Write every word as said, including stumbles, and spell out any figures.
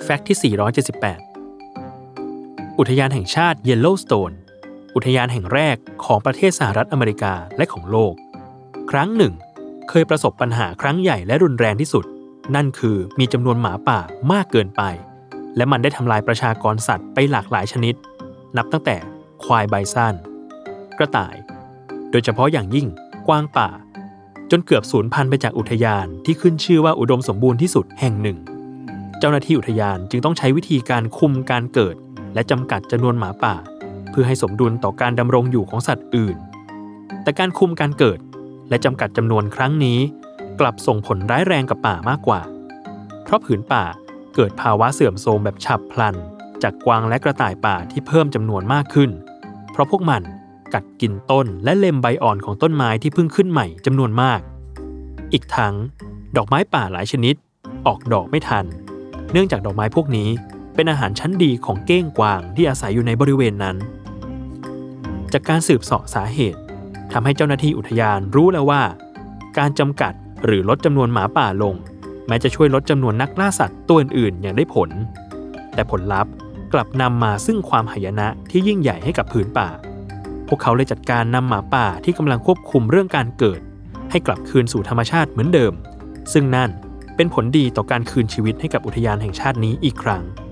แฟกต์ที่สี่ร้อยเจ็ดสิบแปดอุทยานแห่งชาติเยลโลว์สโตนอุทยานแห่งแรกของประเทศสหรัฐอเมริกาและของโลกครั้งหนึ่งเคยประสบปัญหาครั้งใหญ่และรุนแรงที่สุดนั่นคือมีจำนวนหมาป่ามากเกินไปและมันได้ทำลายประชากรสัตว์ไปหลากหลายชนิดนับตั้งแต่ควายไบซันกระต่ายโดยเฉพาะอย่างยิ่งกวางป่าจนเกือบสูญพันธุ์ไปจากอุทยานที่ขึ้นชื่อว่าอุดมสมบูรณ์ที่สุดแห่งหนึ่งเจ้าหน้าที่อุทยานจึงต้องใช้วิธีการคุมการเกิดและจำกัดจำนวนหมาป่าเพื่อให้สมดุลต่อการดำรงอยู่ของสัตว์อื่นแต่การคุมการเกิดและจำกัดจำนวนครั้งนี้กลับส่งผลร้ายแรงกับป่ามากกว่าเพราะผืนป่าเกิดภาวะเสื่อมโทรมแบบฉับพลันจากกวางและกระต่ายป่าที่เพิ่มจำนวนมากขึ้นเพราะพวกมันกัดกินต้นและเล็มใบอ่อนของต้นไม้ที่เพิ่งขึ้นใหม่จำนวนมากอีกทั้งดอกไม้ป่าหลายชนิดออกดอกไม่ทันเนื่องจากดอกไม้พวกนี้เป็นอาหารชั้นดีของเก้งกวางที่อาศัยอยู่ในบริเวณนั้นจากการสืบเสาะสาเหตุทำให้เจ้าหน้าที่อุทยานรู้แล้วว่าการจำกัดหรือลดจำนวนหมาป่าลงแม้จะช่วยลดจำนวนนักล่าสัตว์ตัวอื่นๆอย่างได้ผลแต่ผลลัพธ์กลับนำมาซึ่งความหายนะที่ยิ่งใหญ่ให้กับผืนป่าพวกเขาเลยจัดการนำหมาป่าที่กำลังควบคุมเรื่องการเกิดให้กลับคืนสู่ธรรมชาติเหมือนเดิมซึ่งนั่นเป็นผลดีต่อการคืนชีวิตให้กับอุทยานแห่งชาตินี้อีกครั้ง